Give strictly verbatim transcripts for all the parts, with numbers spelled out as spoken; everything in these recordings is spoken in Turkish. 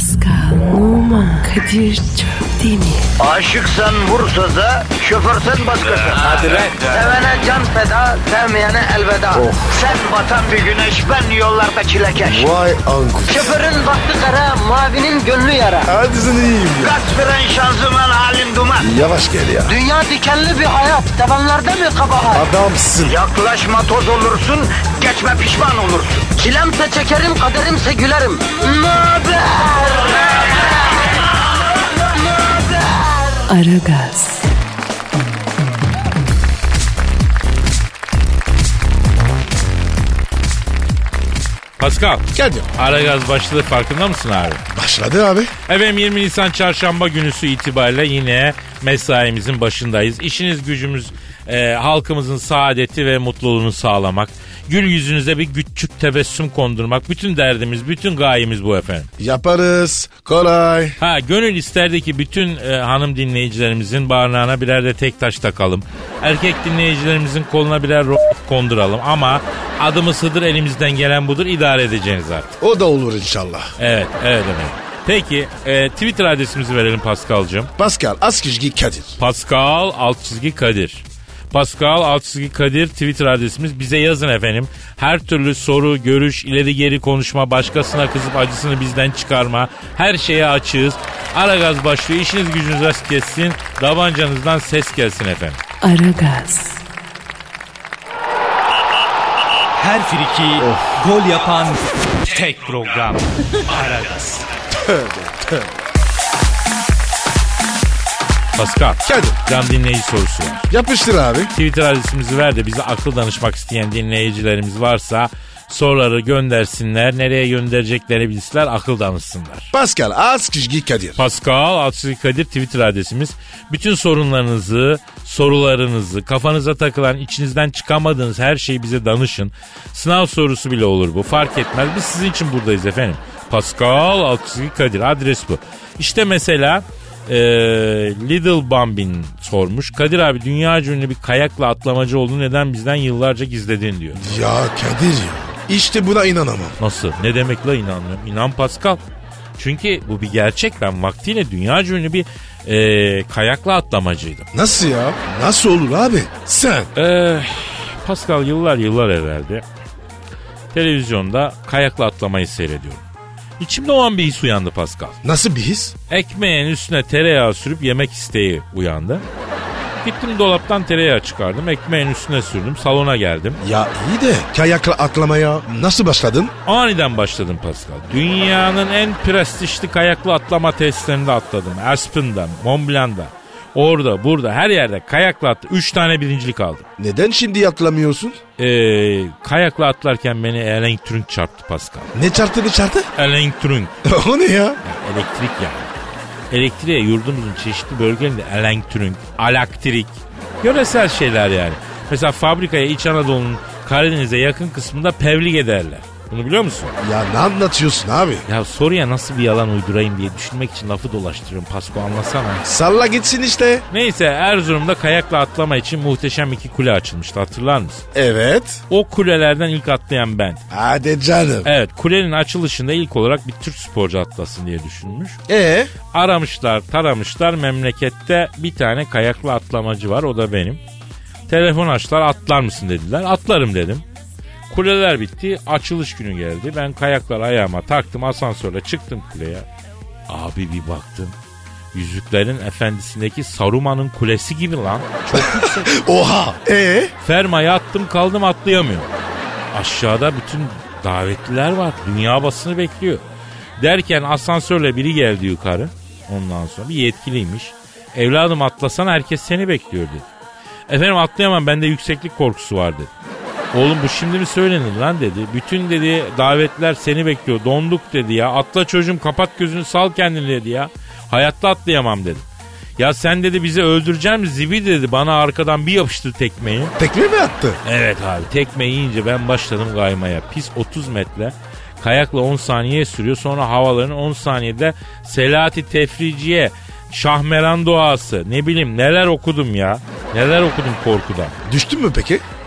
Pascal, Oman, Kadir çok değil mi? Aşıksan vursa da, şoförsen başkasın. Hadi lan. Sevene can feda, sevmeyene elveda. Oh. Sen batan bir güneş, ben yollarda çilekeş. Vay anku. Şoförün baktı kara, mavinin gönlü yara. Hadi sen iyiyim ya. Kasperen şanzıman halin duman. Yavaş gel ya. Dünya dikenli bir hayat, sevenlerde mi kabahar? Adamsın. Yaklaşma toz olursun, geçme pişman olursun. Çilemse çekerim, kaderimse gülerim. Möber! Aragaz. Pascal, Kadir. Aragaz başladı, farkında mısın abi? Başladı abi. Efendim yirmi Nisan çarşamba günüsü itibariyle yine mesaimizin başındayız. İşiniz gücümüz e, halkımızın saadeti ve mutluluğunu sağlamak. Gül yüzünüze bir küçük tebessüm kondurmak. Bütün derdimiz, bütün gayemiz bu efendim. Yaparız. Kolay. Ha, gönül isterdi ki bütün e, hanım dinleyicilerimizin bağırlarına birer de tek taş takalım. Erkek dinleyicilerimizin koluna birer ro- konduralım. Ama adımız Hıdır, elimizden gelen budur, idare edeceğiniz artık. O da olur inşallah. Evet, evet efendim. Peki e, Twitter adresimizi verelim Pascal'cığım. Pascal Askizgi Kadir. Pascal alt çizgi Kadir. Pascal alt çizgi Kadir Twitter adresimiz. Bize yazın efendim. Her türlü soru, görüş, ileri geri konuşma, başkasına kızıp acısını bizden çıkarma. Her şeye açığız. Aragaz başlıyor. İşiniz gücünüz rast kessin. Davancanızdan ses gelsin efendim. Aragaz. Her friki gol yapan tek program. Aragaz. Pascal. Kadir. Can dinleyici sorusu var. Yapıştır abi. Twitter adresimizi ver de bize akıl danışmak isteyen dinleyicilerimiz varsa soruları göndersinler. Nereye göndereceklerini bilsinler, akıl danışsınlar. Pascal Askizgi Kadir. Pascal Altçizgi Kadir Twitter adresimiz. Bütün sorunlarınızı, sorularınızı, kafanıza takılan, içinizden çıkamadığınız her şeyi bize danışın. Sınav sorusu bile olur bu, fark etmez. Biz sizin için buradayız efendim. Pascal Altçizgi Kadir, adres bu. İşte mesela Ee, Little Bambin sormuş. Kadir abi, dünyaca ünlü bir kayakla atlamacı olduğunu neden bizden yıllarca gizledin diyor. Ya Kadir ya. İşte buna inanamam. Nasıl? Ne demek la inanmıyorum? İnan Pascal. Çünkü bu bir gerçek. Ben vaktiyle dünyaca ünlü bir e, kayakla atlamacıydım. Nasıl ya? Nasıl olur abi? Sen. Ee, Pascal, yıllar yıllar evveldi televizyonda kayakla atlamayı seyrediyorum. İçimde o an bir his uyandı Pascal. Nasıl bir his? Ekmeğin üstüne tereyağı sürüp yemek isteği uyandı. Gittim dolaptan tereyağı çıkardım. Ekmeğin üstüne sürdüm. Salona geldim. Ya iyi de kayakla atlamaya nasıl başladın? Aniden başladım Pascal. Dünyanın en prestijli kayaklı atlama testlerinde atladım. Aspen'da, Mont Blanc'da. Orada, burada, her yerde kayakla attı. Üç tane birincilik aldım. Neden şimdi atlamıyorsun? Ee, kayakla atlarken beni elektrik çarptı Pascal. Ne çarptı ne çarptı? Elektrik. O ne ya? Yani elektrik yani. Elektriğe yurdumuzun çeşitli bölgelerinde elektrik, alaktrik, yöresel şeyler yani. Mesela fabrikaya İç Anadolu'nun Karadeniz'e yakın kısmında pevlik ederler. Bunu biliyor musun? Ya ne anlatıyorsun abi? Ya soruya nasıl bir yalan uydurayım diye düşünmek için lafı dolaştırıyorum. Pasko, anlasana. Salla gitsin işte. Neyse, Erzurum'da kayakla atlama için muhteşem iki kule açılmıştı, hatırlar mısın? Evet. O kulelerden ilk atlayan ben. Hadi canım. Evet, kulenin açılışında ilk olarak bir Türk sporcu atlasın diye düşünmüş. Ee? Aramışlar, taramışlar, memlekette bir tane kayaklı atlamacı var, o da benim. Telefon açtılar, atlar mısın dediler. Atlarım dedim. Kuleler bitti, açılış günü geldi. Ben kayakları ayağıma taktım, asansörle çıktım kuleye. Abi bir baktım, Yüzüklerin Efendisi'ndeki Saruman'ın kulesi gibi lan. Çok yüksek. Oha. Ee? Fermaya attım kaldım, atlayamıyorum. Aşağıda bütün davetliler var. Dünya basını bekliyor. Derken asansörle biri geldi yukarı. Ondan sonra bir yetkiliymiş. Evladım atlasana, herkes seni bekliyor dedi. Efendim atlayamam, bende yükseklik korkusu var dedi. Oğlum bu şimdi mi söylenir lan dedi. Bütün dedi davetler seni bekliyor. Donduk dedi ya. Atla çocuğum, kapat gözünü, sal kendini dedi ya. Hayatta atlayamam dedi. Ya sen dedi bizi öldüreceğim zibi dedi. Bana arkadan bir yapıştı tekmeyi. Tekme mi attı? Evet abi, tekmeyi yiyince ben başladım kaymaya. Pis otuz metre. Kayakla on saniye sürüyor. Sonra havaların on saniyede Selahat-i Tefriciye, Şahmeran duası, ne bileyim neler okudum ya. Neler okudum korkudan. Düştün mü peki?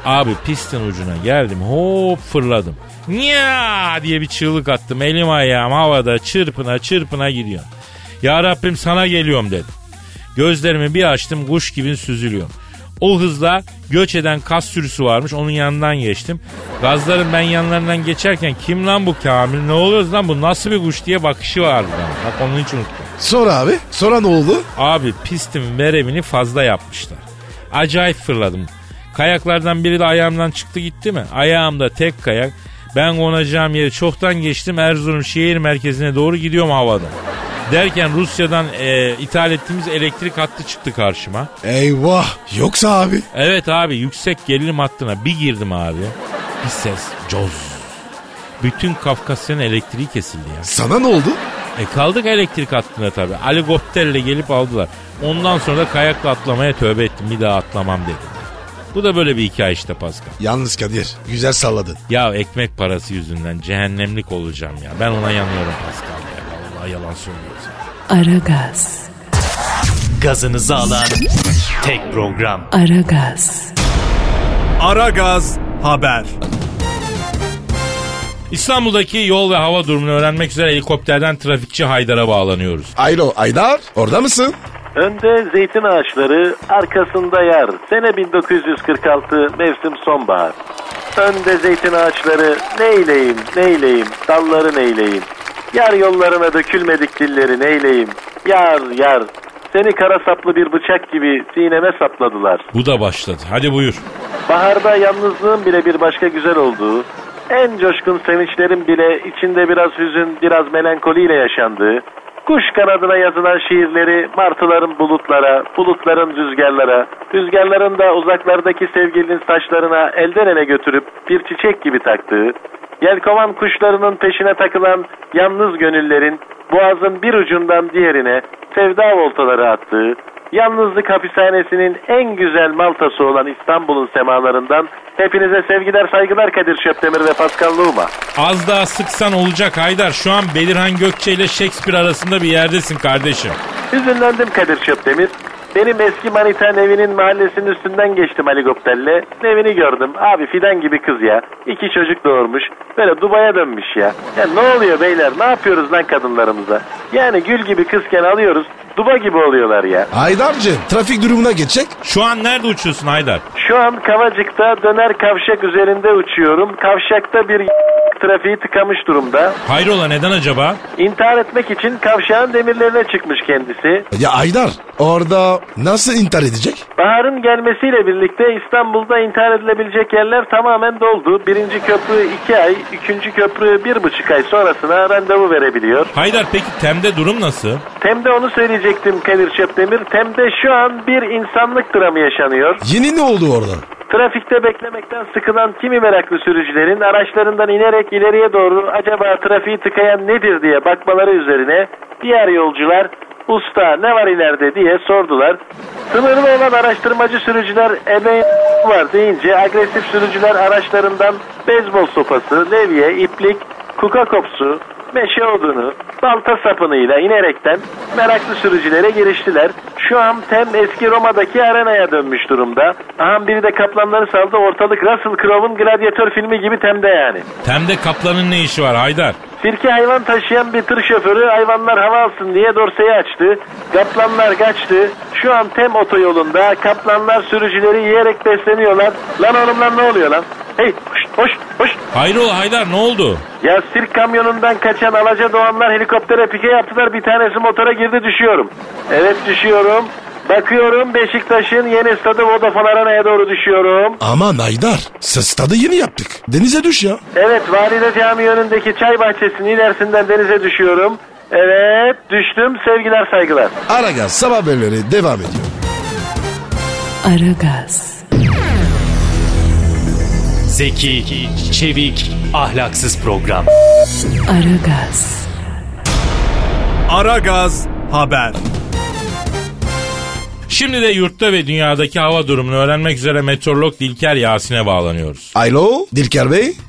Abi pistin ucuna geldim, hop fırladım. Nya diye bir çığlık attım. Elim ayağım havada çırpına çırpına gidiyor. Ya Rabbim sana geliyorum dedim. Gözlerimi bir açtım, kuş gibi süzülüyorum. O hızla göç eden kas sürüsü varmış, onun yanından geçtim. Gazların ben yanlarından geçerken kim lan bu Kamil, ne oluyoruz lan, bu nasıl bir kuş diye bakışı vardı bana. Bak onu hiç unuttum. Sonra abi? Sonra ne oldu? Abi pistin veremini fazla yapmışlar. Acayip fırladım. Kayaklardan biri de ayağımdan çıktı gitti mi? Ayağımda tek kayak. Ben konacağım yeri çoktan geçtim. Erzurum şehir merkezine doğru gidiyorum havada. Derken Rusya'dan e, ithal ettiğimiz elektrik hattı çıktı karşıma. Eyvah. Yoksa abi? Evet abi, yüksek gerilim hattına bir girdim abi. Bir ses coz. Bütün Kafkasya'nın elektriği kesildi ya. Sana ne oldu? E kaldık elektrik hattına tabii. Helikopterle gelip aldılar. Ondan sonra da kayakla atlamaya tövbe ettim. Bir daha atlamam dedim. Bu da böyle bir hikaye işte Pascal. Yalnız Kadir, güzel salladın. Ya ekmek parası yüzünden cehennemlik olacağım ya. Ben ona yanıyorum Pascal ya. Vallahi yalan söylüyorsun. Aragaz. Gazınızı alan tek program. Aragaz. Aragaz Haber. İstanbul'daki yol ve hava durumunu öğrenmek üzere helikopterden trafikçi Haydar'a bağlanıyoruz. Alo Haydar, orada mısın? Önde zeytin ağaçları, arkasında yar. Sene bin dokuz yüz kırk altı, mevsim sonbahar. Önde zeytin ağaçları, neyleyim, neyleyim, dalları neyleyim. Yar yollarına dökülmedik dilleri neyleyim. Yar, yar, seni kara saplı bir bıçak gibi sineme sapladılar. Bu da başladı. Hadi buyur. Baharda yalnızlığın bile bir başka güzel olduğu, en coşkun sevinçlerin bile içinde biraz hüzün, biraz melankoliyle yaşandığı, kuş kanadına yazılan şiirleri martıların bulutlara, bulutların rüzgarlara, rüzgarların da uzaklardaki sevgilinin saçlarına elden ele götürüp bir çiçek gibi taktığı, yelkovan kuşlarının peşine takılan yalnız gönüllerin boğazın bir ucundan diğerine sevda voltaları attığı, yalnızlık hapishanesinin en güzel maltası olan İstanbul'un semalarından hepinize sevgiler, saygılar Kadir Çöptemir ve Pascal Numa. Az daha sıksan olacak Haydar. Şu an Belirhan Gökçe ile Shakespeare arasında bir yerdesin kardeşim. Hüzünlendim Kadir Çöptemir. Benim eski manita Nevin'in mahallesinin üstünden geçtim helikopterle. Nevin'i gördüm. Abi fidan gibi kız ya. İki çocuk doğurmuş. Böyle Dubai'ye dönmüş ya. Ya ne oluyor beyler? Ne yapıyoruz lan kadınlarımıza? Yani gül gibi kızken alıyoruz. Duba gibi oluyorlar ya. Haydar'cığım, trafik durumuna geçecek. Şu an nerede uçuyorsun Haydar? Şu an Kavacık'ta döner kavşak üzerinde uçuyorum. Kavşakta bir trafiği tıkamış durumda. Hayrola, neden acaba? İntihar etmek için kavşağın demirlerine çıkmış kendisi. Ya Haydar, orada nasıl intihar edecek? Baharın gelmesiyle birlikte İstanbul'da intihar edilebilecek yerler tamamen doldu. Birinci köprü iki ay, ikinci köprü bir buçuk ay sonrasına randevu verebiliyor. Haydar peki Tem'de durum nasıl? Tem'de onu söyleyecektim Kadir Çöptemir. Tem'de şu an bir insanlık dramı yaşanıyor. Yeni ne oldu orada? Trafikte beklemekten sıkılan kimi meraklı sürücülerin araçlarından inerek ileriye doğru acaba trafiği tıkayan nedir diye bakmaları üzerine diğer yolcular usta ne var ileride diye sordular. Sınırlı olan araştırmacı sürücüler ebeğin var deyince agresif sürücüler araçlarından beyzbol sopası, levye, iplik, kuka kopsu, meşe odunu, balta sapınıyla inerekten meraklı sürücülere giriştiler. Şu an Tem eski Roma'daki arenaya dönmüş durumda. Aha biri de kaplanları saldı, ortalık Russell Crowe'un Gladiator filmi gibi Tem'de yani. Tem'de kaplanın ne işi var Haydar? Sirke hayvan taşıyan bir tır şoförü hayvanlar hava alsın diye dorseyi açtı. Kaplanlar kaçtı. Şu an Tem otoyolunda kaplanlar sürücüleri yiyerek besleniyorlar. Lan oğlum lan ne oluyor lan? Hey hoş hoş hoş. Hayrola Haydar, ne oldu? Ya sirk kamyonundan kaçan alaca doğanlar helikoptere pike yaptılar. Bir tanesi motora girdi, düşüyorum. Evet düşüyorum. Bakıyorum Beşiktaş'ın yeni stadı Vodafone Arena'ya doğru düşüyorum. Aman Haydar, stadı yeni yaptık. Denize düş ya. Evet, Valide Camii önündeki çay bahçesinin ilerisinden denize düşüyorum. Evet düştüm, sevgiler saygılar. Aragaz sabah haberleri devam ediyor. Aragaz. Zeki, çevik, ahlaksız program. Aragaz. Aragaz Haber. Şimdi de yurtta ve dünyadaki hava durumunu öğrenmek üzere meteorolog Dilker Yasin'e bağlanıyoruz. Alo Dilker Bey.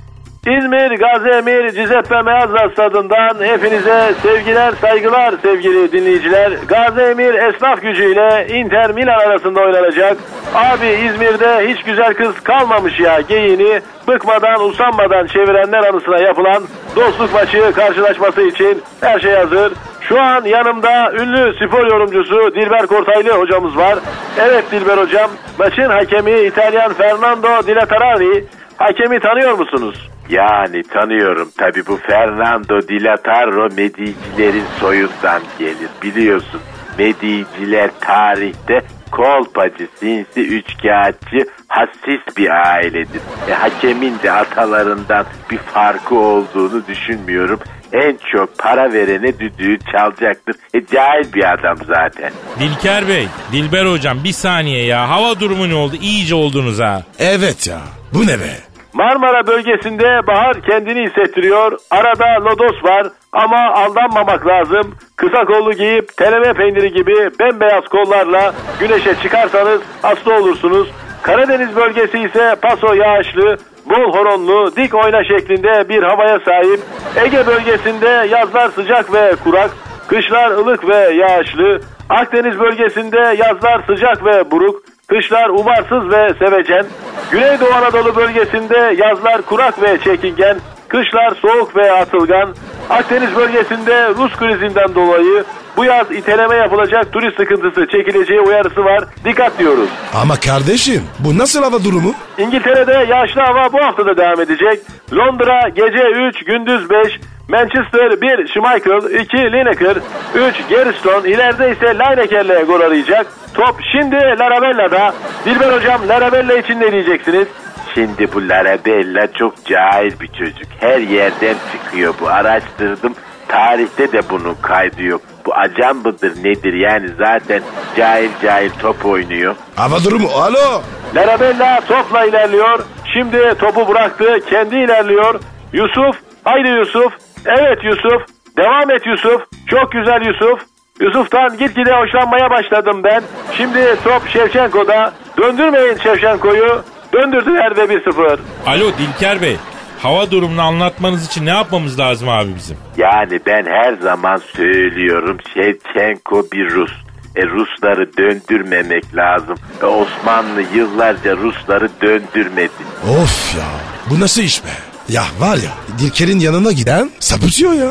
İzmir, Gaziemir, Cizeppe Meazza stadından hepinize sevgiler, saygılar sevgili dinleyiciler. Gaziemir esnaf gücüyle Inter Milan arasında oynanacak. Abi İzmir'de hiç güzel kız kalmamış ya geyiğini bıkmadan usanmadan çevirenler anısına yapılan dostluk maçı karşılaşması için her şey hazır. Şu an yanımda ünlü spor yorumcusu Dilber Kortaylı hocamız var. Evet Dilber hocam, maçın hakemi İtalyan Fernando Di Latarari. Hakemi tanıyor musunuz? Yani tanıyorum tabi, bu Fernando Di Latarro Medicilerin soyundan gelir biliyorsun. Mediciler tarihte kolpacı, sinsi, üçkağıtçı, hassis bir ailedir. E, hakemin de atalarından bir farkı olduğunu düşünmüyorum. En çok para verene düdüğü çalacaktır. E cahil bir adam zaten. Dilker Bey, Dilber hocam bir saniye ya. Hava durumu ne oldu? İyice oldunuz ha. Evet ya. Bu ne be? Marmara bölgesinde bahar kendini hissettiriyor. Arada lodos var ama aldanmamak lazım. Kısa kollu giyip teleme peyniri gibi bembeyaz kollarla güneşe çıkarsanız hasta olursunuz. Karadeniz bölgesi ise paso yağışlı, bol horonlu, dik oyna şeklinde bir havaya sahip. Ege bölgesinde yazlar sıcak ve kurak, kışlar ılık ve yağışlı. Akdeniz bölgesinde yazlar sıcak ve buruk, kışlar umarsız ve sevecen. Güneydoğu Anadolu bölgesinde yazlar kurak ve çekingen, kışlar soğuk ve atılgan. Akdeniz bölgesinde Rus krizinden dolayı bu yaz iteleme yapılacak turist sıkıntısı çekileceği uyarısı var. Dikkat diyoruz. Ama kardeşim bu nasıl hava durumu? İngiltere'de yağışlı hava bu haftada devam edecek. Londra gece üç, gündüz beş. Manchester bir, Schmeichel, iki, Lineker, üç, Gerston, ileride ise Lineker'le gol arayacak. Top şimdi Larabella'da. Dilber hocam, Larabella için ne diyeceksiniz? Şimdi bu Larabella çok cahil bir çocuk. Her yerden çıkıyor bu. Araştırdım. Tarihte de bunun kaydı yok. Bu acan mıdır nedir yani, zaten cahil cahil top oynuyor. Hava durumu alo. Larabella topla ilerliyor. Şimdi topu bıraktı. Kendi ilerliyor. Yusuf. Haydi Yusuf. Evet Yusuf. Devam et Yusuf. Çok güzel Yusuf. Yusuf'tan gitgide hoşlanmaya başladım ben. Şimdi top Şevçenko'da. Döndürmeyin Şevçenko'yu. Döndürdüler ve bir sıfır. Alo Dilker Bey. Hava durumunu anlatmanız için ne yapmamız lazım abi bizim? Yani ben her zaman söylüyorum, Şevçenko bir Rus. E Rusları döndürmemek lazım. E Osmanlı yıllarca Rusları döndürmedi. Of ya, bu nasıl iş be? Ya var ya, Dilker'in yanına giden sapıtıyor ya.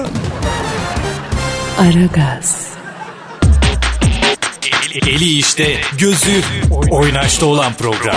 Aragaz. Eli, eli işte, gözü oynaşta olan program.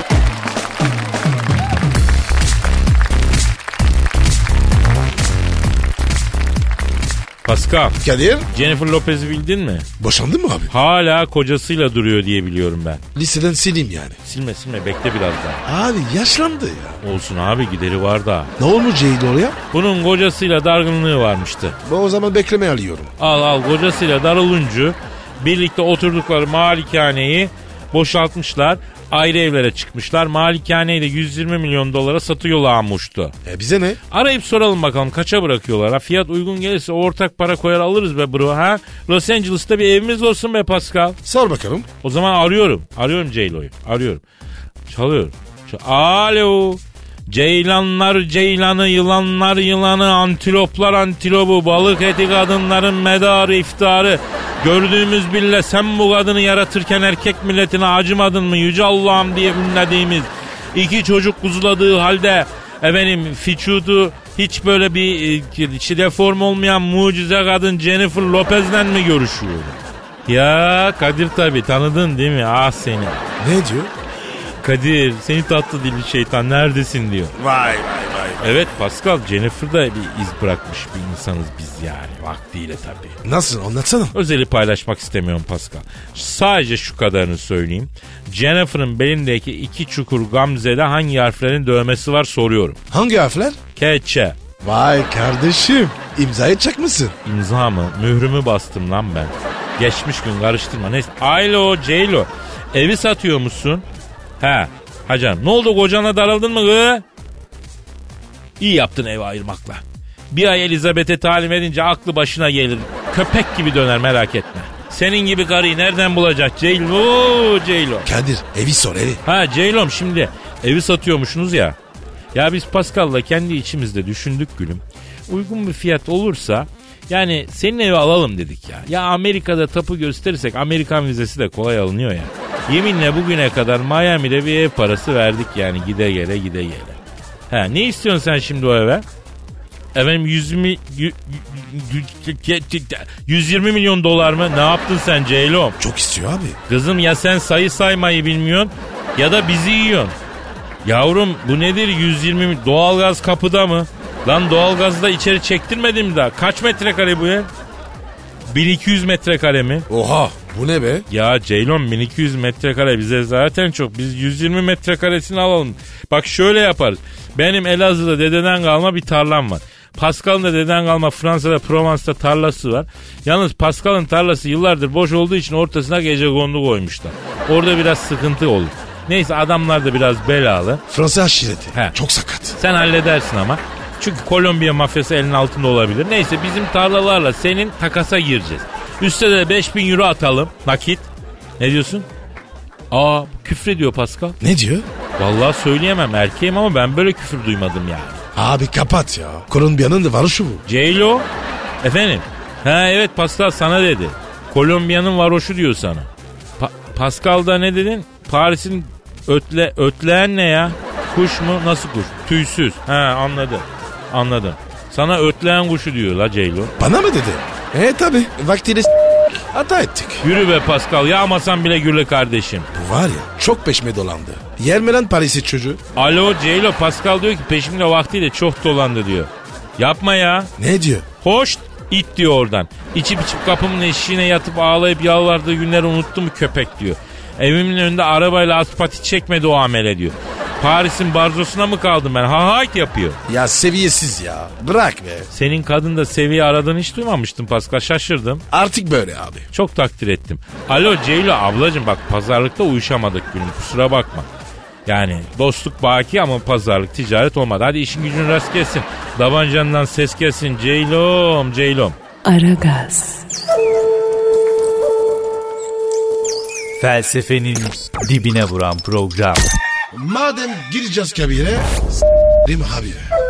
Pascal, Kadir, Jennifer Lopez'i bildin mi? boşandın mı abi? Hala kocasıyla duruyor diye biliyorum ben. Liseden sileyim yani. Silme silme, bekle biraz daha. Abi yaşlandı ya. Olsun abi, gideri var da. Ne olmuş Ceydi oraya? Bunun kocasıyla dargınlığı varmıştı. Ben o zaman bekleme alıyorum. Al al, kocasıyla darılınca birlikte oturdukları malikaneyi boşaltmışlar. Ayrı evlere çıkmışlar. Malikaneyi de yüz yirmi milyon dolara satıyorlarmıştı. E bize ne? Arayıp soralım bakalım kaça bırakıyorlar. Ha, fiyat uygun gelirse ortak para koyar alırız be bro ha. Los Angeles'ta bir evimiz olsun be Pascal. Sor bakalım. O zaman arıyorum. Arıyorum J-Lo'yu. Arıyorum. Çalıyor. Çal- Alo. Ceylanlar ceylanı, yılanlar yılanı, antiloplar antilopu, balık eti kadınların medarı iftarı. Gördüğümüz bile sen bu kadını yaratırken erkek milletine acımadın mı yüce Allah'ım diye ünlediğimiz, iki çocuk kuzuladığı halde efendim fiçudu hiç böyle bir içi deform olmayan mucize kadın Jennifer Lopez'le mi görüşüyor? Ya Kadir tabii, tanıdın değil mi? Ah seni. Ne diyor? Kadir, seni tatlı dilli şeytan neredesin diyor. Vay vay vay. Evet Pascal, Jennifer'da bir iz bırakmış bir insanız biz yani, vaktiyle tabii. Nasıl, anlatsana. Özeli paylaşmak istemiyorum Pascal. Sadece şu kadarını söyleyeyim. Jennifer'ın belindeki iki çukur gamzede hangi harflerin dövmesi var soruyorum. Hangi harfler? Keçe. Vay kardeşim, imzayı çakmışsın. İmza mı? Mührümü bastım lan ben. Geçmiş gün, karıştırma. Neyse. Alo Ceylo. Evi satıyor musun? He. Ha canım. Ne oldu, kocana daraldın mı gı? İyi yaptın evi ayırmakla. Bir ay Elizabeth'e talim edince aklı başına gelir. Köpek gibi döner, merak etme. Senin gibi karıyı nereden bulacak Ceylo? Ceylo. Kadir, evi sor evi. Ha Ceylom, şimdi evi satıyormuşsunuz ya. Ya biz Pascal'la kendi içimizde düşündük gülüm. Uygun bir fiyat olursa yani senin evi alalım dedik ya. Ya Amerika'da tapu gösterirsek Amerikan vizesi de kolay alınıyor ya. Yeminle bugüne kadar Miami'de bir ev parası verdik yani gide gele gide gele. Ha, ne istiyorsun sen şimdi o eve? Efendim yüz yirmi, yüz yirmi milyon dolar mı? Ne yaptın sen Ceylo? Çok istiyor abi. Kızım ya sen sayı saymayı bilmiyorsun ya da bizi yiyorsun. Yavrum bu nedir yüz yirmi doğalgaz kapıda mı? Lan doğalgazda içeri çektirmedim mi daha? Kaç metrekare bu ev? bin iki yüz metrekare mi? Oha bu ne be? Ya Ceylon bin iki yüz metrekare bize zaten çok. Biz yüz yirmi metrekaresini alalım. Bak şöyle yaparız. Benim Elazığ'da dededen kalma bir tarlam var. Pascal'ın da dededen kalma Fransa'da Provence'da tarlası var. Yalnız Pascal'ın tarlası yıllardır boş olduğu için ortasına gecekondu koymuşlar. Orada biraz sıkıntı olur. Neyse adamlar da biraz belalı. Fransa aşireti. He. Çok sakat. Sen halledersin ama. Çünkü Kolombiya mafyası elinin altında olabilir. Neyse bizim tarlalarla senin takasa gireceğiz. Üste de beş bin euro atalım nakit. Ne diyorsun? Aa küfrediyor Pascal. Ne diyor? Vallahi söyleyemem erkeğim ama ben böyle küfür duymadım yani. Abi kapat ya. Kolombiya'nın da varoşu bu. Ceylo. Efendim. Ha evet Pascal sana dedi. Kolombiya'nın varoşu diyor sana. Pa- Pascal da ne dedin? Paris'in ötle ötleyen ne ya? Kuş mu? Nasıl kuş? Tüysüz. Ha anladım. Anladım. Sana ötleyen kuşu diyor la Ceylo. Bana mı dedi? E tabi. Vaktiyle s- hata ettik. Yürü be Pascal yağmasan bile gürle kardeşim. Bu var ya çok peşme dolandı. Yer mi lan Paris'i çocuğu? Alo Ceylo Pascal diyor ki peşimde vaktiyle çok dolandı diyor. Yapma ya. Ne diyor? Hoş it diyor oradan. İçip içip kapımın eşiğine yatıp ağlayıp yalvardığı günleri unuttu mu köpek diyor. Evimin önünde arabayla aspati çekmedi o amele diyor. Paris'in barzosuna mı kaldım ben? Ha hayt yapıyor. Ya seviyesiz ya. Bırak be. Senin kadın da seviye aradığını hiç duymamıştım Pascal. Şaşırdım. Artık böyle abi. Çok takdir ettim. Alo Ceylo ablacığım bak pazarlıkta uyuşamadık günüm. Kusura bakma. Yani dostluk baki ama pazarlık ticaret olmadı. Hadi işin gücün rast gelsin. Davancandan ses gelsin. Ceylom Ceylom. Aragaz. Felsefenin dibine vuran program. Madem gireceğiz kabire s***rim abi.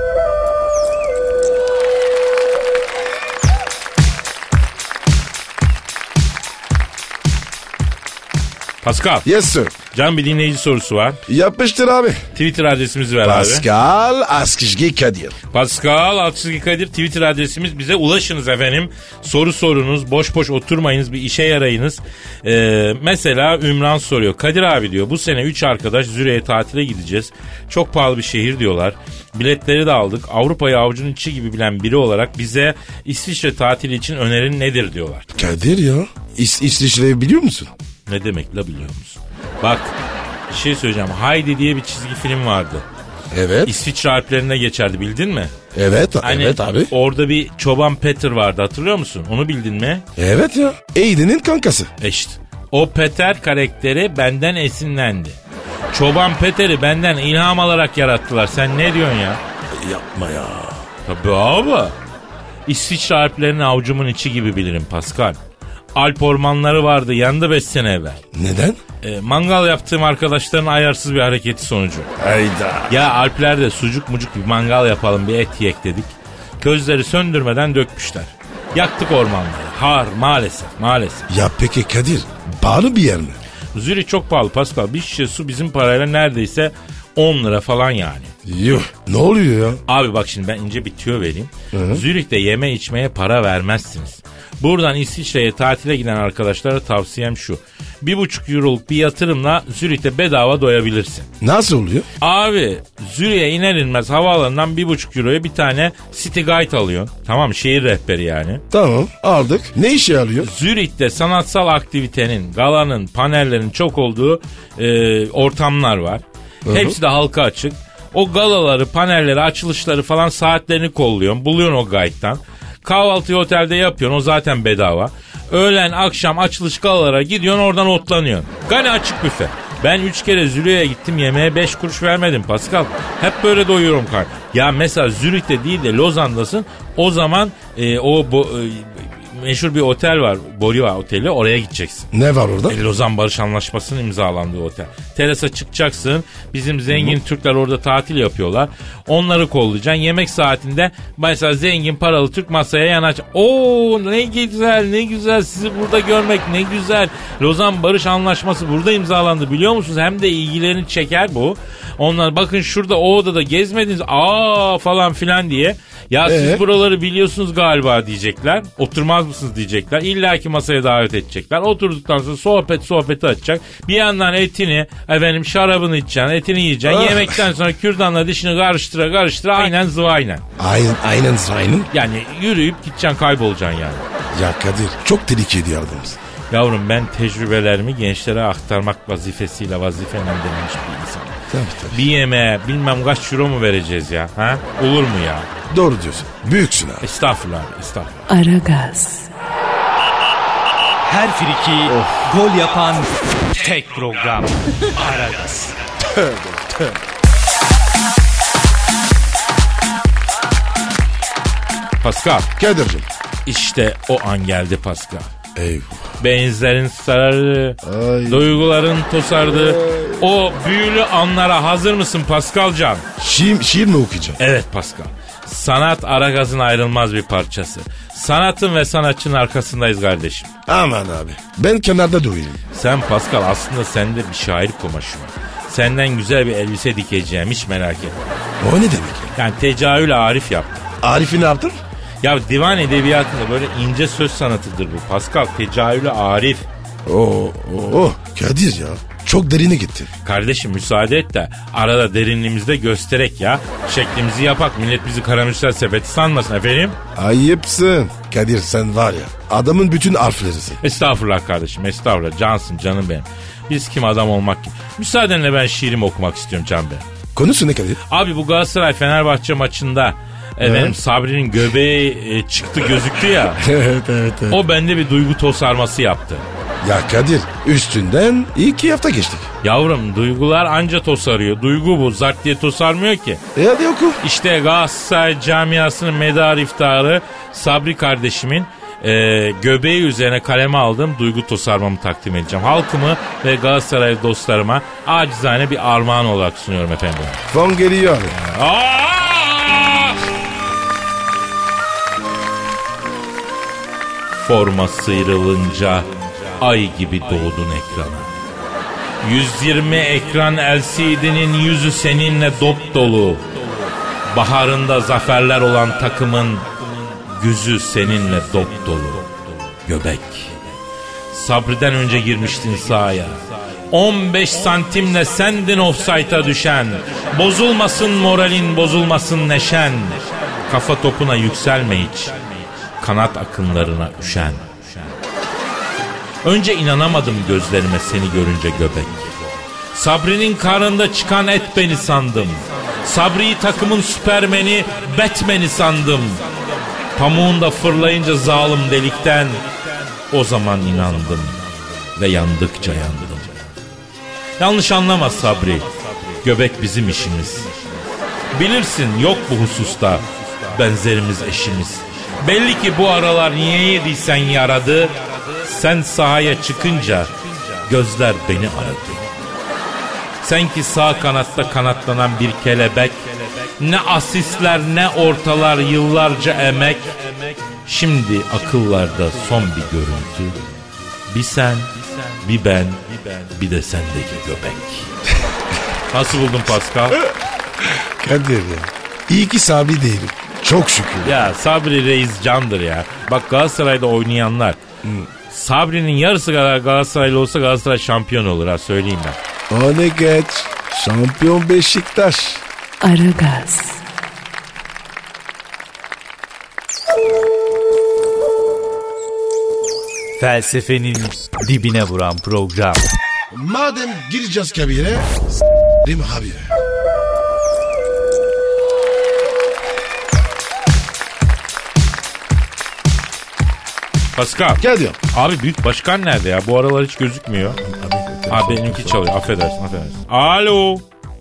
Pascal. Yes sir. Can bir dinleyici sorusu var. Yapmıştır abi. Twitter adresimizi ver Pascal, abi. Pascal Askizgi Kadir. Pascal Askizgi Kadir Twitter adresimiz. Bize ulaşınız efendim. Soru sorunuz. Boş boş oturmayınız. Bir işe yarayınız. Ee, mesela Ümran soruyor. Kadir abi diyor bu sene üç arkadaş Zürich'e tatile gideceğiz. Çok pahalı bir şehir diyorlar. Biletleri de aldık. Avrupa'yı avucunun içi gibi bilen biri olarak bize İsviçre tatili için önerin nedir diyorlar. Kadir ya. İs İsviçre'yi biliyor musun? Ne demek la biliyor musun? Bak bir şey söyleyeceğim. Heidi diye bir çizgi film vardı. Evet. İsviçre Alplerine geçerdi bildin mi? Evet, hani evet abi. Orada bir çoban Peter vardı hatırlıyor musun? Onu bildin mi? Evet ya. Heidi'nin kankası. E işte. O Peter karakteri benden esinlendi. Çoban Peter'i benden ilham alarak yarattılar. Sen ne diyorsun ya? Yapma ya. Tabii abi. İsviçre Alplerini avucumun içi gibi bilirim Pascal. Alp ormanları vardı yandı beş sene evvel. Neden? E, mangal yaptığım arkadaşların ayarsız bir hareketi sonucu. Hayda. Ya Alplerde sucuk mucuk bir mangal yapalım bir et yiyek dedik. Közleri söndürmeden dökmüşler. Yaktık ormanları. Har maalesef maalesef. Ya peki Kadir pahalı bir yer mi? Zürich çok pahalı Pascal. Bir şişe su bizim parayla neredeyse on lira falan yani. Yuh. Ne oluyor ya? Abi bak şimdi ben ince bir tüyo vereyim. Hı-hı. Zürich'te yeme içmeye para vermezsiniz. Buradan İsviçre'ye tatile giden arkadaşlara tavsiyem şu. Bir buçuk euroluk bir yatırımla Zürich'te bedava doyabilirsin. Nasıl oluyor? Abi Zürich'e iner inmez havaalanından bir buçuk euroya bir tane city guide alıyorsun. Tamam şehir rehberi yani. Tamam aldık. Ne işe yarıyor? Zürich'te sanatsal aktivitenin, galanın, panellerin çok olduğu e, ortamlar var. Hı-hı. Hepsi de halka açık. O galaları, panelleri, açılışları falan saatlerini kolluyorsun. Buluyorsun o guide'dan. Kahvaltıyı otelde yapıyorsun o zaten bedava. Öğlen akşam açılış galalara gidiyorsun oradan otlanıyorsun. Gani açık büfe. Ben üç kere Zürich'e gittim yemeğe beş kuruş vermedim Pascal. Hep böyle doyuyorum kardeşim. Ya mesela Zürich'te değil de Lozan'dasın. O zaman e, o bo, e, meşhur bir otel var. Bolivar Oteli, oraya gideceksin. Ne var orada? E, Lozan Barış Anlaşması'nın imzalandığı otel. Terasa çıkacaksın. Bizim zengin Hı-hı. Türkler orada tatil yapıyorlar. Onları kollayacaksın. Yemek saatinde mesela zengin paralı Türk masaya yanaşacak. Oo ne güzel ne güzel sizi burada görmek ne güzel. Lozan Barış Anlaşması burada imzalandı biliyor musunuz? Hem de ilgilerini çeker bu. Onlar bakın şurada o odada gezmediniz. Aa falan filan diye. Ya siz ee? buraları biliyorsunuz galiba diyecekler. Oturmaz mısınız diyecekler. İlla ki masaya davet edecekler. Oturduktan sonra sohbet sohbeti açacak. Bir yandan etini, efendim şarabını içeceksin, etini yiyeceksin. Ah. Yemekten sonra kürdanla dişini karıştıra karıştıra aynen zıvaynen. Aynen, aynen zıvaynen. Yani yürüyüp gideceksin, kaybolacaksın yani. Ya Kadir çok tehlikeli yardımız. Yavrum ben tecrübelerimi gençlere aktarmak vazifesiyle vazifelendirilmiş bir insanım. Tabii, tabii. Bir yemeğe bilmem kaç euro mu vereceğiz ya? Ha? Olur mu ya? Doğru diyorsun. Büyüksün abi. Estağfurullah abi, estağfurullah. Aragaz. Her friki of. Gol yapan tek program. Aragaz. Tövbe tövbe. Pascal. Kadir'cim. İşte o an geldi Pascal. Eyvah. Benizlerin sarardı, Ay. duyguların tosardı. Ay. O büyülü anlara hazır mısın Pascalcan? Şiir, şiir mi okuyacağım? Evet Pascal. Sanat Aragaz'ın ayrılmaz bir parçası. Sanatın ve sanatçının arkasındayız kardeşim. Aman abi. Ben kenarda durayım. Sen Pascal aslında sende bir şair kumaşı var. Senden güzel bir elbise dikeceğim, hiç merak etme. O ne demek? Yani tecahül Arif yaptım. Arif'i ne yaptın? Ya divan edebiyatında böyle ince söz sanatıdır bu Pascal. Tecahülü Arif. Oo, oo, Kadir ya. Çok derine gittin. Kardeşim müsaade et de arada derinliğimizde gösterek ya. Şeklimizi yapak, millet bizi karamürsel sepeti sanmasın efendim. Ayıpsın. Kadir sen var ya adamın bütün harflerisin. Estağfurullah kardeşim, estağfurullah. Cansın canım benim. Biz kim adam olmak kim? Müsaadenle ben şiirimi okumak istiyorum can benim. Konusu ne Kadir? Abi bu Galatasaray Fenerbahçe maçında efendim evet. Sabri'nin göbeği e, çıktı gözüktü ya. evet, evet, evet. O bende bir duygu tosarması yaptı. Ya Kadir üstünden iki hafta geçtik. Yavrum duygular anca tosarıyor. Duygu bu, zart diye tosarmıyor ki. E hadi oku. İşte Galatasaray camiasının medar iftarı Sabri kardeşimin e, göbeği üzerine kaleme aldığım duygu tosarmamı takdim edeceğim. Halkımı ve Galatasaray dostlarıma acizane bir armağan olarak sunuyorum efendim. Fon geliyor abi. Aa! Forma sıyrılınca ay gibi doğdun ekrana. yüz yirmi ekran L C D'nin yüzü seninle dop dolu. Baharında zaferler olan takımın güzü seninle dop dolu. Göbek. Sabri'den önce girmiştin sahaya. on beş santimle sendin ofsayta düşen. Bozulmasın moralin, bozulmasın neşen. Kafa topuna yükselme hiç. Kanat akınlarına üşen. Önce inanamadım gözlerime seni görünce göbek. Sabri'nin karnında çıkan et beni sandım. Sabri'yi takımın süpermeni, Batman'i sandım. Pamuğunda fırlayınca zalim delikten, o zaman inandım ve yandıkça yandım. Yanlış anlama Sabri, göbek bizim işimiz. Bilirsin yok bu hususta benzerimiz eşimiz. Belli ki bu aralar niye yediysen yaradı. Sen sahaya çıkınca gözler beni aradı. Sen ki sağ kanatta kanatlanan bir kelebek, ne asistler ne ortalar yıllarca emek. Şimdi akıllarda son bir görüntü. Bir sen, bir ben, bir de sendeki göbek. Nasıl buldun Pascal? Kadir ya. İyi ki Sabri değilim. Çok şükür. Ya Sabri Reis candır ya. Bak Galatasaray'da oynayanlar. Hmm. Sabri'nin yarısı kadar Galatasaraylı olsa Galatasaray şampiyon olur ha, söyleyeyim ben. O ne geç. Şampiyon Beşiktaş. Aragaz. Felsefenin dibine vuran program. Madem gireceğiz kabire, s***rim habire. Pascal. Gel diyor. Abi büyük başkan nerede ya? Bu aralar hiç gözükmüyor. Ha benimki çalıyor. Affedersin, affedersin. Alo.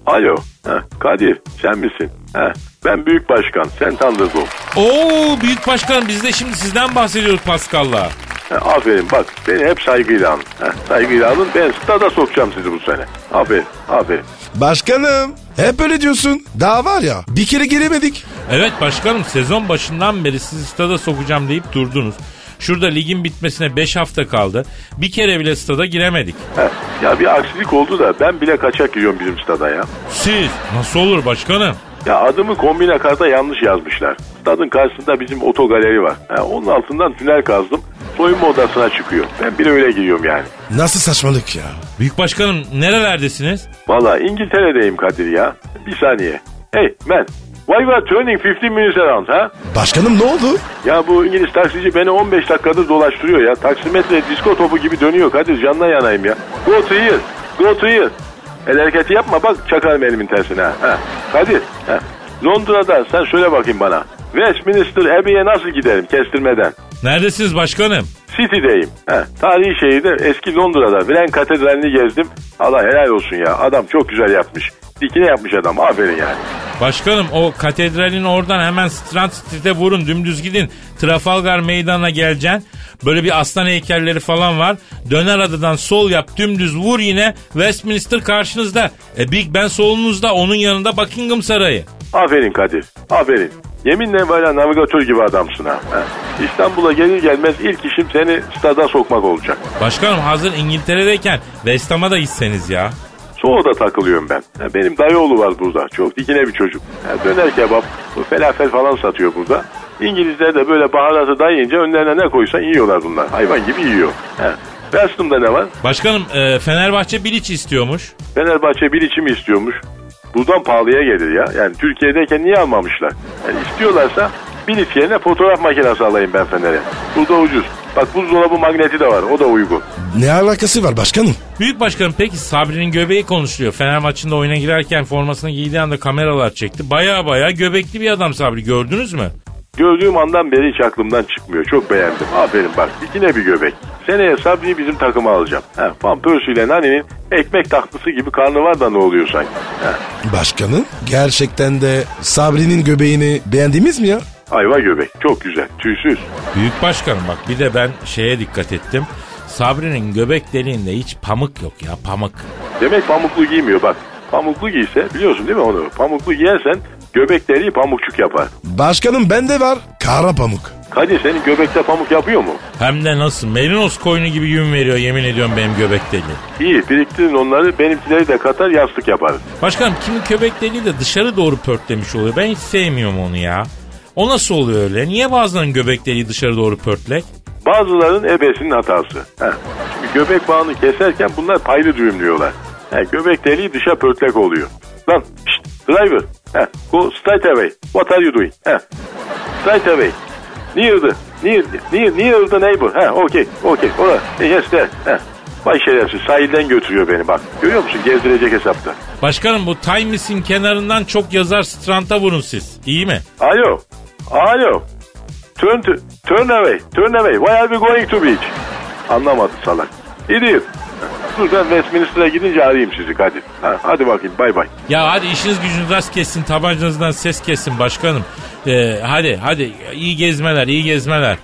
Alo. Heh, Kadir sen misin? Heh, ben Büyük Başkan. Sen Thunderbolt. Oo Büyük Başkan, biz de şimdi sizden bahsediyoruz Pascal'la. Heh, aferin bak beni hep saygıyla alın. Heh, saygıyla alın, ben stada sokacağım sizi bu sene. Aferin aferin. Başkanım hep öyle diyorsun. Daha var ya bir kere giremedik. Evet başkanım, sezon başından beri sizi stada sokacağım deyip durdunuz. Şurada ligin bitmesine beş hafta kaldı. Bir kere bile stada giremedik. Heh, ya bir aksilik oldu da ben bile kaçak giriyorum bizim stada ya. Siz? Nasıl olur başkanım? Ya adımı kombine karta yanlış yazmışlar. Stadın karşısında bizim otogaleri var. Ha, onun altından tünel kazdım. Soyunma odasına çıkıyor. Ben bile öyle giriyorum yani. Nasıl saçmalık ya? Büyük Başkanım nerelerdesiniz? Valla İngiltere'deyim Kadir ya. Bir saniye. Hey man. Why you are turning fifteen minutes around ha? Başkanım ne oldu? Ya bu İngiliz taksici beni on beş dakikadır dolaştırıyor ya. Taksimetre disko topu gibi dönüyor Kadir, canına yanayım ya. Go to here. Go to here. El hareketi yapma bak, çakarım elimin tersine ha. ha. Kadir. Ha. Londra'da sen söyle bakayım bana. Westminster Abbey'e nasıl giderim kestirmeden? Neredesiniz başkanım? City'deyim. He, tarihi şehirde eski Londra'da Vren Katedrali'ni gezdim. Allah helal olsun ya. Adam çok güzel yapmış. Dikine yapmış adam. Aferin yani. Başkanım o katedralin oradan hemen Strand Street'e vurun, dümdüz gidin. Trafalgar Meydanı'na geleceksin. Böyle bir aslan heykelleri falan var. Döner adadan sol yap, dümdüz vur, yine Westminster karşınızda. E Big Ben solunuzda, onun yanında Buckingham Sarayı. Aferin Kadir. Aferin. Yeminle böyle navigatör gibi adamsın ha. He. İstanbul'a gelir gelmez ilk işim seni stada sokmak olacak. Başkanım hazır İngiltere'deyken West Ham'a da gitseniz ya. Soğuda takılıyorum ben. Benim dayıoğlu var burada. Çok dikine bir çocuk. Döner kebap, felafel falan satıyor burada. İngilizler de böyle baharatı dayayınca önlerine ne koysan yiyorlar bunlar. Hayvan gibi yiyor. West Ham'da ne var? Başkanım e, Fenerbahçe Bilic istiyormuş. Fenerbahçe Bilic'i mi istiyormuş? Buradan pahalıya gelir ya. Yani Türkiye'deyken niye almamışlar? Yani istiyorlarsa Bilic yerine fotoğraf makinesi alayım ben Fener'e. Burada ucuz. Bak buzdolabı magneti de var. O da uygun. Ne alakası var başkanım? Büyük Başkanım peki Sabri'nin göbeği konuşuluyor. Fener maçında oyuna girerken formasını giydiği anda kameralar çekti. Baya baya göbekli bir adam Sabri, gördünüz mü? Gördüğüm andan beri hiç aklımdan çıkmıyor. Çok beğendim. Aferin bak. Dikine bir göbek. Seneye Sabri'yi bizim takıma alacağım. He, Van Persie ile Nani'nin ekmek tatlısı gibi karnı var da ne oluyor sanki? He. Başkanım gerçekten de Sabri'nin göbeğini beğendiniz mi ya? Ayva göbek. Çok güzel. Tüysüz. Büyük Başkanım bak bir de ben şeye dikkat ettim. Sabri'nin göbek deliğinde hiç pamuk yok ya, pamuk. Demek pamuklu giymiyor bak. Pamuklu giyse biliyorsun değil mi onu? Pamuklu giyersen göbek deliği pamukçuk yapar. Başkanım bende var kara pamuk. Kadir senin göbekte pamuk yapıyor mu? Hem de nasıl? Merinos koyunu gibi yün veriyor yemin ediyorum benim göbek deliği. İyi biriktirin onları, benimkileri de katar yastık yaparız. Başkanım kimin göbek deliği de dışarı doğru pörtlemiş oluyor. Ben hiç sevmiyorum onu ya. O nasıl oluyor öyle? Niye bazılarının göbek deliği dışarı doğru pörtlek? Bazılarının ebesinin hatası. Heh. Çünkü göbek bağını keserken bunlar paylı düğümlüyorlar. Heh, göbek deliği dışa pörtlek oluyor. Lan şşt, driver. Heh, go straight away. What are you doing? Heh. Straight away. Near the, near, near, near the neighbor. Heh, okay, okay. Orada. Yes, there. Heh. Vay şerefsiz, sahilden götürüyor beni bak. Görüyor musun? Gezdirecek hesapta. Başkanım bu Times'in kenarından çok yazar Strand'a vurun siz. İyi mi? Alo. Alo. Turn to, turn away. Turn away. Why are we going to beach? Anlamadı salak. İdiot. Dur ben Westminster'a gidince arayayım sizi Kadir. Ha, hadi bakayım bay bay. Ya hadi işiniz gücünüz rast kessin, tabancanızdan ses kessin başkanım. Ee, hadi hadi iyi gezmeler, iyi gezmeler.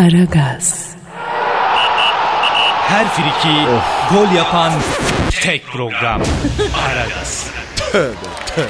Aragaz. Her friki gol yapan tek program. Aragaz. Tövbe tövbe.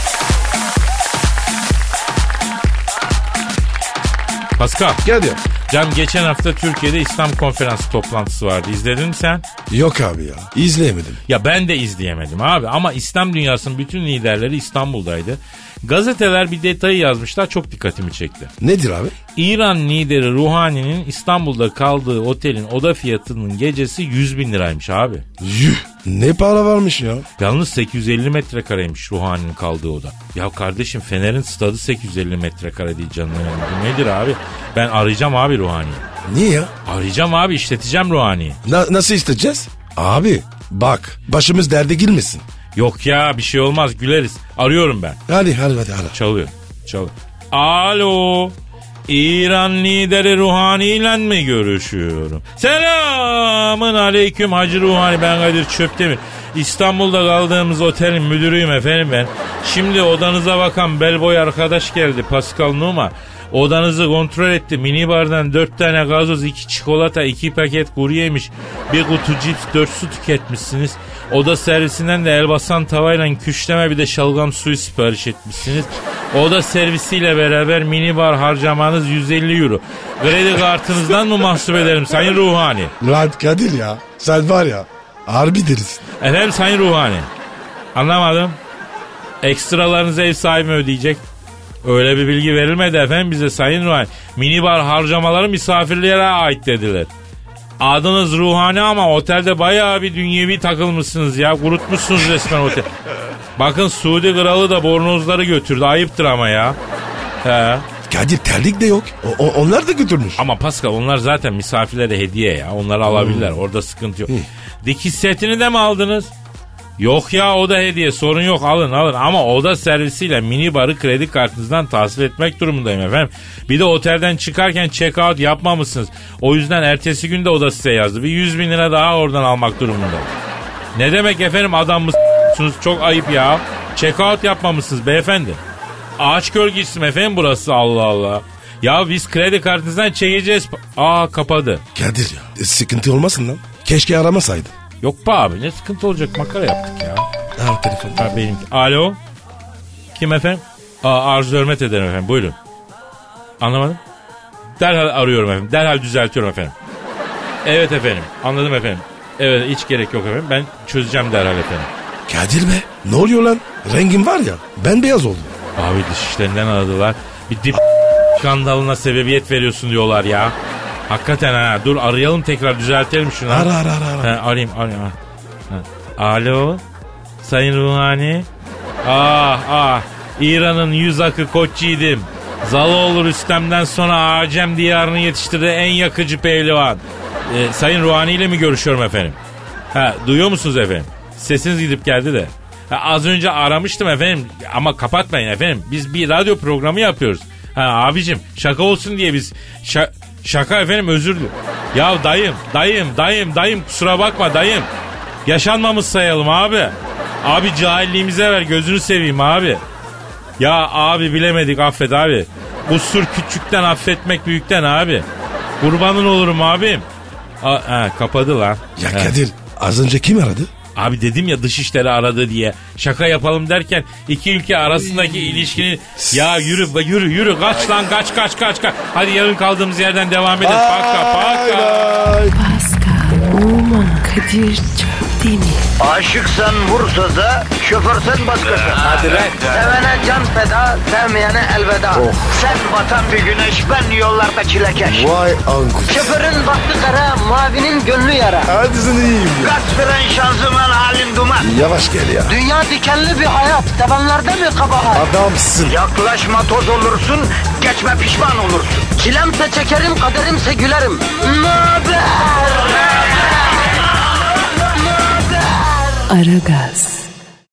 Pascal. Gel diyor. Can geçen hafta Türkiye'de İslam konferansı toplantısı vardı. İzledin mi sen? Yok abi ya. İzleyemedim. Ya ben de izleyemedim abi ama İslam dünyasının bütün liderleri İstanbul'daydı. Gazeteler bir detayı yazmışlar, çok dikkatimi çekti. Nedir abi? İran lideri Ruhani'nin İstanbul'da kaldığı otelin oda fiyatının gecesi yüz bin liraymış abi. Yuh, ne para varmış ya. Yalnız sekiz yüz elli metrekareymiş Ruhani'nin kaldığı oda. Ya kardeşim Fener'in stadı sekiz yüz elli metrekare değil canım. Bu nedir abi? Ben arayacağım abi Ruhani'yi. Niye ya? Arayacağım abi, işleteceğim Ruhani'yi. Na- nasıl isteyeceğiz? Abi bak başımız derde girmesin. Yok ya bir şey olmaz, güleriz. Arıyorum ben. Hadi hadi hadi ara. Çalıyor. Çalıyor. Alo. İran lideri Ruhani ile mi görüşüyorum? Selamın aleyküm Hacı Ruhani, ben Kadir Çöptemir. İstanbul'da kaldığımız otelin müdürüyüm efendim ben. Şimdi odanıza bakan bellboy arkadaş geldi, Pascal Numa. Odanızı kontrol etti. Minibardan dört tane gazoz, iki çikolata, iki paket kuru yemiş, bir kutu cips, dört su tüketmişsiniz. Oda servisinden de elbasan tavayla küşleme, bir de şalgam suyu sipariş etmişsiniz. Oda servisiyle beraber minibar harcamanız yüz elli euro. Kredi kartınızdan mı mahsup ederim Sayın Ruhani? Lan Kadir ya, sen var ya harbi deriz. Efendim Sayın Ruhani, anlamadım. Ekstralarınızı ev sahibi ödeyecek. Öyle bir bilgi verilmedi efendim bize Sayın Ruhani. Minibar harcamaları misafirlere ait dediler. Adınız Ruhani ama otelde bayağı bir dünyevi takılmışsınız ya. Kurutmuşsunuz resmen otel. Bakın Suudi kralı da bornozları götürdü. Ayıptır ama ya. He. Kadir terlik de yok. O, o, onlar da götürmüş. Ama Pascal onlar zaten misafirlere hediye ya. Onları alabilirler. Hmm. Orada sıkıntı yok. Hmm. Dikiş setini de mi aldınız? Yok ya, o da hediye, sorun yok, alın alın. Ama oda servisiyle minibarı kredi kartınızdan tahsil etmek durumundayım efendim. Bir de otelden çıkarken check out yapmamışsınız. O yüzden ertesi gün de oda size yazdı. Bir yüz bin lira daha oradan almak durumundayım. Ne demek efendim, adam mısınız? Çok ayıp ya. Check out yapmamışsınız beyefendi. Ağaç gölgesi mi efendim burası, Allah Allah. Ya biz kredi kartınızdan çekeceğiz. Aa, kapadı. Kadir ya, sıkıntı olmasın lan. Keşke aramasaydın. Yok be abi, ne sıkıntı olacak, makara yaptık ya. Ha, telefon. Ha, benimki. Alo. Kim efendim? Aa, Arzu hürmet ederim efendim, buyurun. Anlamadım. Derhal arıyorum efendim. Derhal düzeltiyorum efendim. Evet efendim, anladım efendim. Evet, hiç gerek yok efendim. Ben çözeceğim derhal efendim. Kadir be, ne oluyor lan? Rengin var ya, ben beyaz oldum. Abi dışişlerinden aradılar. Bir dip skandalına sebebiyet veriyorsun diyorlar ya. Hakikaten ha. Dur arayalım tekrar, düzeltelim şunu. Ara ara ara. ara. Ha, arayayım arayayım. Ha. Alo. Sayın Ruhani. Ah ah. İran'ın yüz akı koç yiğidim. Zaloğlu Rüstem'den sonra Acem diyarını yetiştirdiği en yakıcı pehlivan. Ee, Sayın Ruhani ile mi görüşüyorum efendim? Ha, duyuyor musunuz efendim? Sesiniz gidip geldi de. Ha, az önce aramıştım efendim ama kapatmayın efendim. Biz bir radyo programı yapıyoruz. Ha abicim, şaka olsun diye biz şa- şaka efendim, özür dilerim. Ya dayım dayım dayım dayım kusura bakma dayım. Yaşanmamış sayalım abi. Abi cahilliğimize ver, gözünü seveyim abi. Ya abi bilemedik, affet abi. Kusur küçükten, affetmek büyükten abi. Kurbanın olurum abim. A- ha, kapadı lan. Ya ha. Kadir, az önce kim aradı? Abi dedim ya, dışişleri aradı diye. Şaka yapalım derken iki ülke arasındaki ilişkinin... Ya yürü yürü yürü, kaç lan, kaç kaç kaç kaç. Hadi yarın kaldığımız yerden devam edelim. Paka paka. Pascal, Oman, Kadir Çöptemir. Aşıksan vursa da, şoförsen başkasın. Hadi lan. Sevene can feda, sevmeyene elveda. Oh. Sen batan bir güneş, ben yollarda çilekeş. Vay anku. Şoförün baktı kara, mavinin gönlü yara. Hadi sen iyiyim ya. Kasperen şanzıman halin duman. Yavaş gel ya. Dünya dikenli bir hayat, sevenlerde mi kabahar? Adamsın. Yaklaşma toz olursun, geçme pişman olursun. Çilemse çekerim, kaderimse gülerim. Möber! Aragaz.